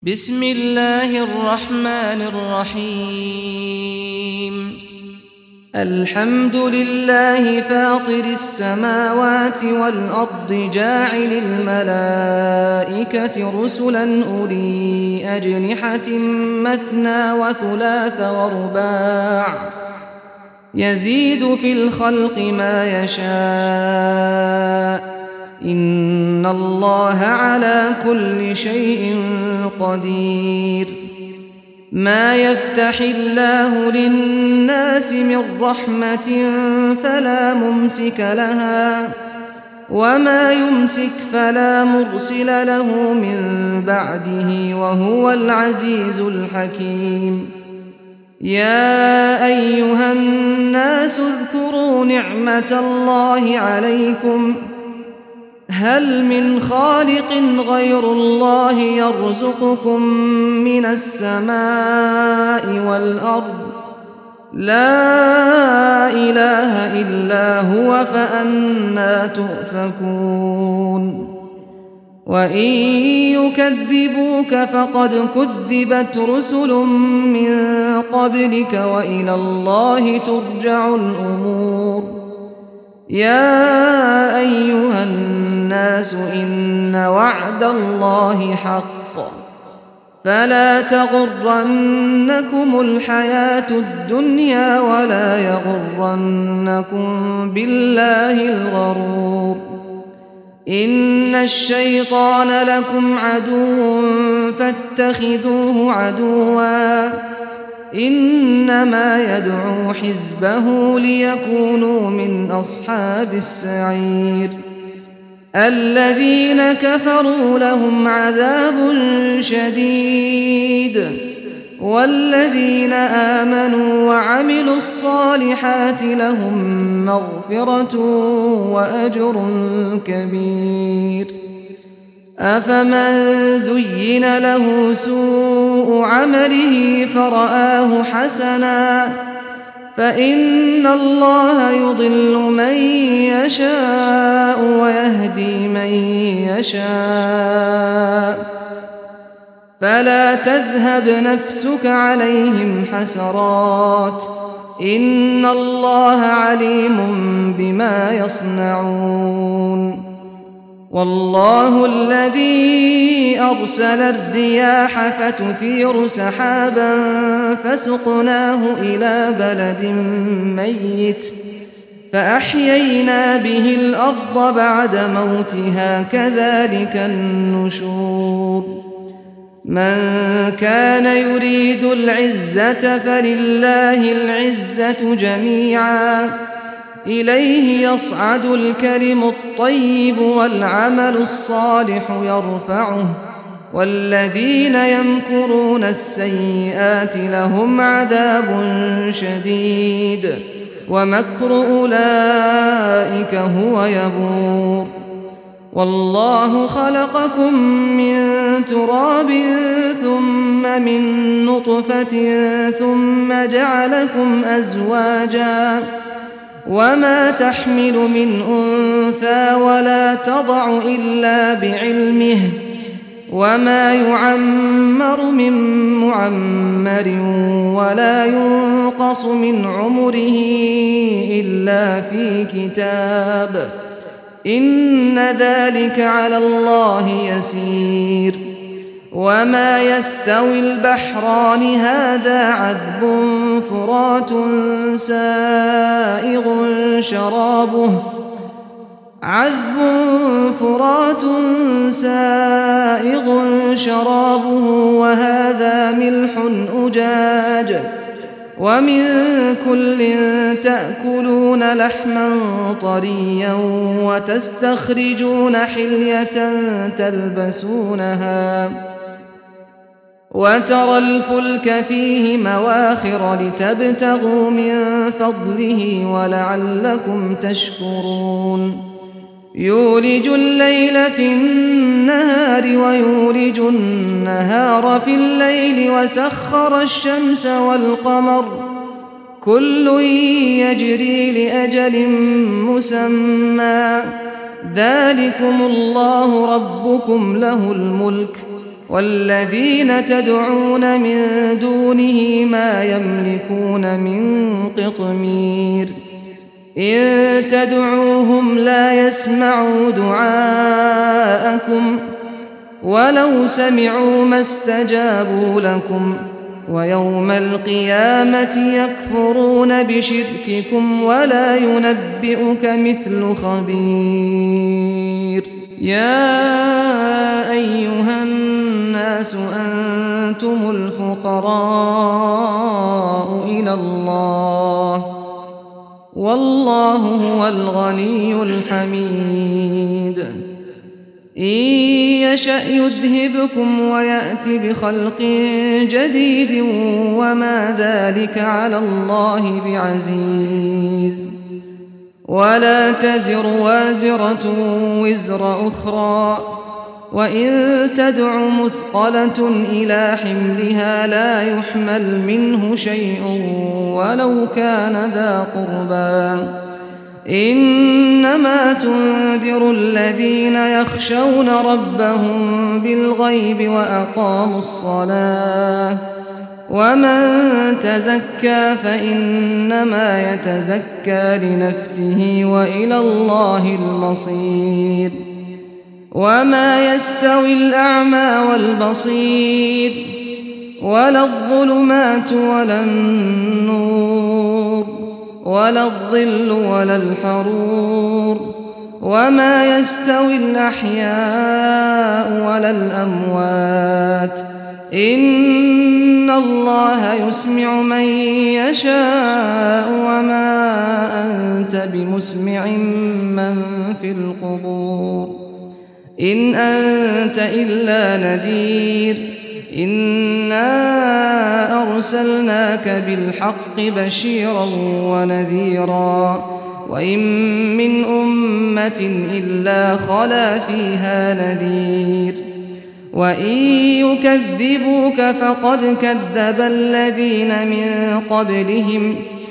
بسم الله الرحمن الرحيم الحمد لله فاطر السماوات والأرض جاعل الملائكة رسلا أولي أجنحة مثنى وثلاث ورباع يزيد في الخلق ما يشاء إن الله على كل شيء قدير ما يفتح الله للناس من رحمة فلا ممسك لها وما يمسك فلا مرسل له من بعده وهو العزيز الحكيم يا أيها الناس اذكروا نعمة الله عليكم هل من خالق غير الله يرزقكم من السماء والأرض لا إله إلا هو فأنى تؤفكون وإن يكذبوك فقد كذبت رسل من قبلك وإلى الله ترجع الأمور يا أيها الناس إن وعد الله حق فلا تغرنكم الحياة الدنيا ولا يغرنكم بالله الغرور إن الشيطان لكم عدو فاتخذوه عدوا إنما يدعو حزبه ليكونوا من أصحاب السعير الذين كفروا لهم عذاب شديد والذين آمنوا وعملوا الصالحات لهم مغفرة وأجر كبير أفمن زين له سوء عمله فرآه حسنا فإن الله يضل من يشاء ويهدي من يشاء فلا تذهب نفسك عليهم حسرات إن الله عليم بما يصنعون والله الذي أرسل الرياح فتثير سحابا فسقناه إلى بلد ميت فأحيينا به الأرض بعد موتها كذلك النشور من كان يريد العزة فلله العزة جميعا إليه يصعد الكلم الطيب والعمل الصالح يرفعه والذين يمكرون السيئات لهم عذاب شديد ومكر أولئك هو يبور والله خلقكم من تراب ثم من نطفة ثم جعلكم أزواجا وما تحمل من أنثى ولا تضع إلا بعلمه وما يعمر من معمر ولا ينقص من عمره إلا في كتاب إن ذلك على الله يسير وما يستوي البحران هذا عذب فرات سائغ شرابه وهذا ملح أجاج ومن كل تأكلون لحما طريا وتستخرجون حلية تلبسونها وترى الفلك فيه مواخر لتبتغوا من فضله ولعلكم تشكرون يولج الليل في النهار ويولج النهار في الليل وسخر الشمس والقمر كل يجري لأجل مسمى ذلكم الله ربكم له الملك والذين تدعون من دونه ما يملكون من قطمير إن تدعوهم لا يسمعوا دعاءكم ولو سمعوا ما استجابوا لكم ويوم القيامة يكفرون بشرككم ولا ينبئك مثل خبير. يا أيها الناس أنتم الفقراء إلى الله والله هو الغني الحميد. إن يشأ يذهبكم ويأت بخلق جديد وما ذلك على الله بعزيز. ولا تزر وازرة وزر أخرى وإن تدع مثقلة إلى حملها لا يحمل منه شيء ولو كان ذا قربى إنما تنذر الذين يخشون ربهم بالغيب وأقاموا الصلاة ومن تزكى فإنما يتزكى لنفسه وإلى الله المصير. وما يستوي الأعمى والبصير ولا الظلمات ولا النور ولا الظل ولا الحرور وما يستوي الأحياء ولا الأموات إن الله يسمع من يشاء وما أنت بمسمع من في القبور إن أنت إلا نذير إنا أرسلناك بالحق بشيرا ونذيرا وإن من أمة إلا خلا فيها نذير وإن يكذبوك فقد كذب الذين من قبلهم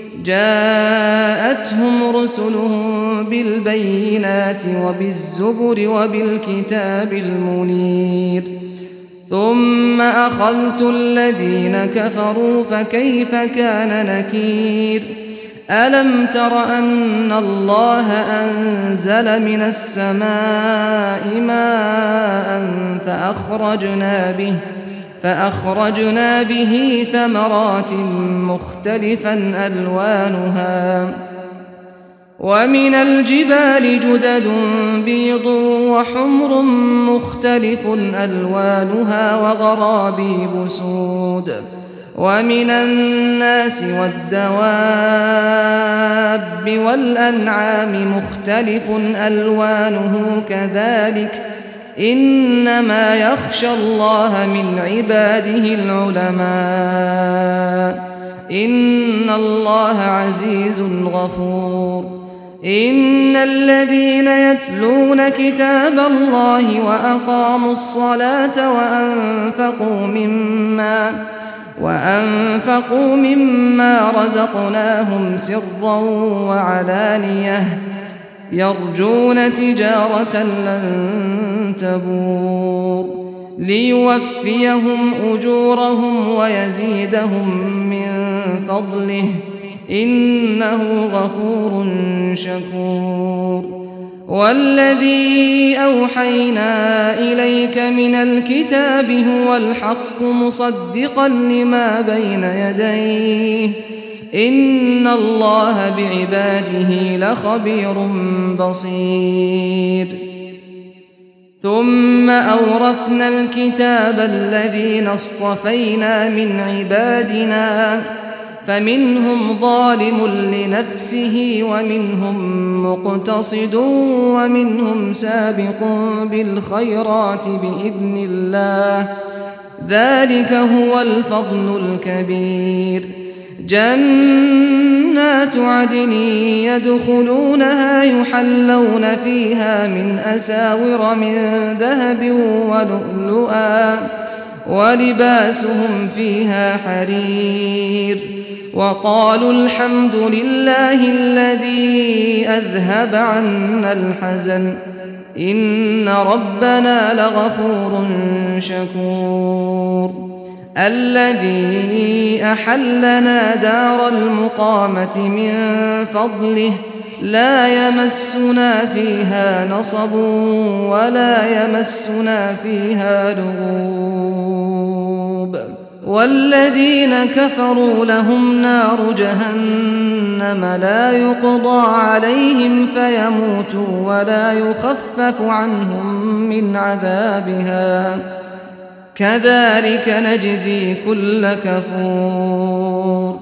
جاءتهم رسلهم بالبينات وبالزبر وبالكتاب المنير ثم أخذت الذين كفروا فكيف كان نكير. ألم تر أن الله أنزل من السماء ماء فأخرجنا به ثمرات مختلفا ألوانها ومن الجبال جدد بيض وحمر مختلف ألوانها وغرابيب سود ومن الناس والدواب والأنعام مختلف ألوانه كذلك إنما يخشى الله من عباده العلماء إن الله عزيز غفور. إن الذين يتلون كتاب الله وأقاموا الصلاة وأنفقوا مما رزقناهم سرا وعلانية يرجون تجارة لن تبور ليوفيهم أجورهم ويزيدهم من فضله إنه غفور شكور. والذي أوحينا إليك من الكتاب هو الحق مصدقا لما بين يديه إن الله بعباده لخبير بصير. ثم أورثنا الكتاب الذين اصطفينا من عبادنا فمنهم ظالم لنفسه ومنهم مقتصد ومنهم سابق بالخيرات بإذن الله ذلك هو الفضل الكبير. جنات عدن يدخلونها يحلون فيها من أساور من ذهب ولؤلؤا ولباسهم فيها حرير وقالوا الحمد لله الذي أذهب عنا الحزن إن ربنا لغفور شكور الذي أحلنا دار المقامة من فضله لا يمسنا فيها نصب ولا يمسنا فيها لغوب والذين كفروا لهم نار جهنم لا يقضى عليهم فيموتوا ولا يخفف عنهم من عذابها كذلك نجزي كل كفور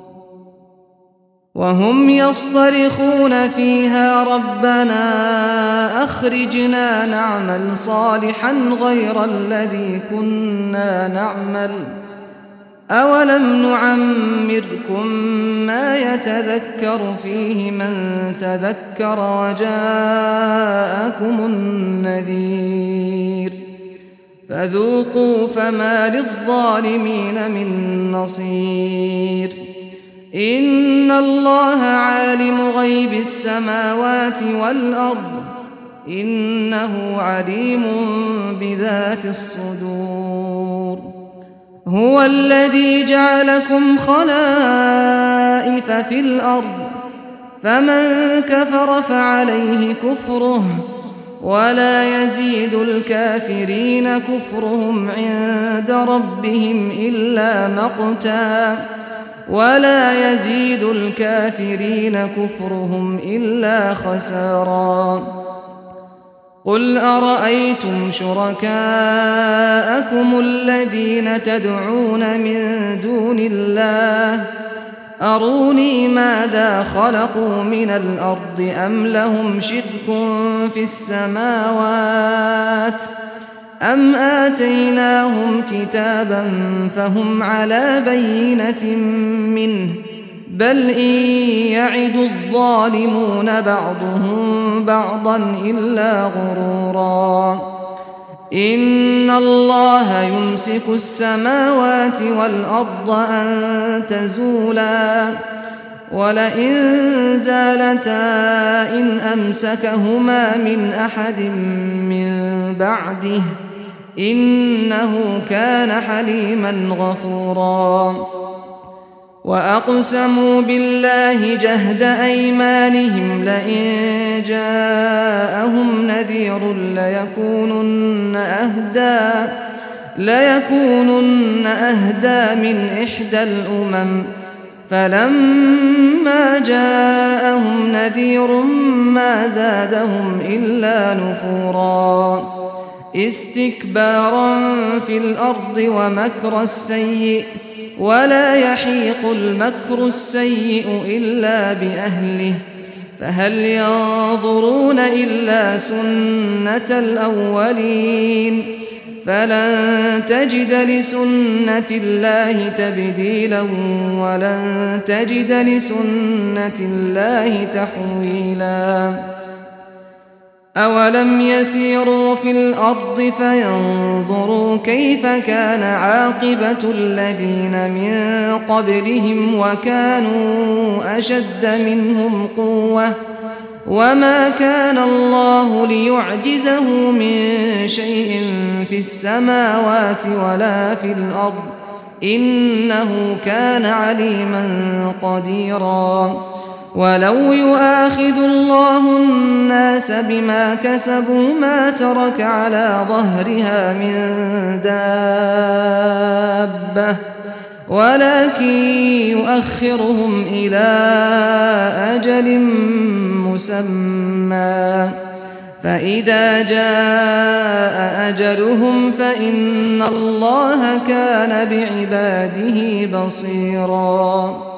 وهم يصطرخون فيها ربنا أخرجنا نعمل صالحا غير الذي كنا نعمل أولم نعمركم ما يتذكر فيه من تذكر وجاءكم النذير فذوقوا فما للظالمين من نصير إن الله عالم غيب السماوات والأرض إنه عليم بذات الصدور هو الذي جعلكم خلائف في الأرض فمن كفر فعليه كفره ولا يزيد الكافرين كفرهم عند ربهم إلا مقتا ولا يزيد الكافرين كفرهم إلا خسارا قل أرأيتم شركاءكم الذين تدعون من دون الله أروني ماذا خلقوا من الأرض أم لهم شرك في السماوات أم آتيناهم كتابا فهم على بينة منه بل إن يعد الظالمون بعضهم بعضا إلا غرورا إن الله يمسك السماوات والأرض أن تزولا ولئن زالتا إن أمسكهما من أحد من بعده إنه كان حليما غفورا وأقسموا بالله جهد أيمانهم لئن جاءهم نذير ليكونن أهدى من إحدى الأمم فلما جاءهم نذير ما زادهم إلا نفورا استكبارا في الأرض ومكر السيء ولا يحيق المكر السيء إلا بأهله فهل ينظرون إلا سنة الأولين فلن تجد لسنة الله تبديلا ولن تجد لسنة الله تحويلا أولم يسيروا في الأرض فينظروا كيف كان عاقبة الذين من قبلهم وكانوا أشد منهم قوة وما كان الله ليعجزه من شيء في السماوات ولا في الأرض إنه كان عليما قديرا ولو يؤاخذ الله الناس بما كسبوا ما ترك على ظهرها من دابة ولكن يؤخرهم إلى أجل مسمى فإذا جاء أجلهم فإن الله كان بعباده بصيراً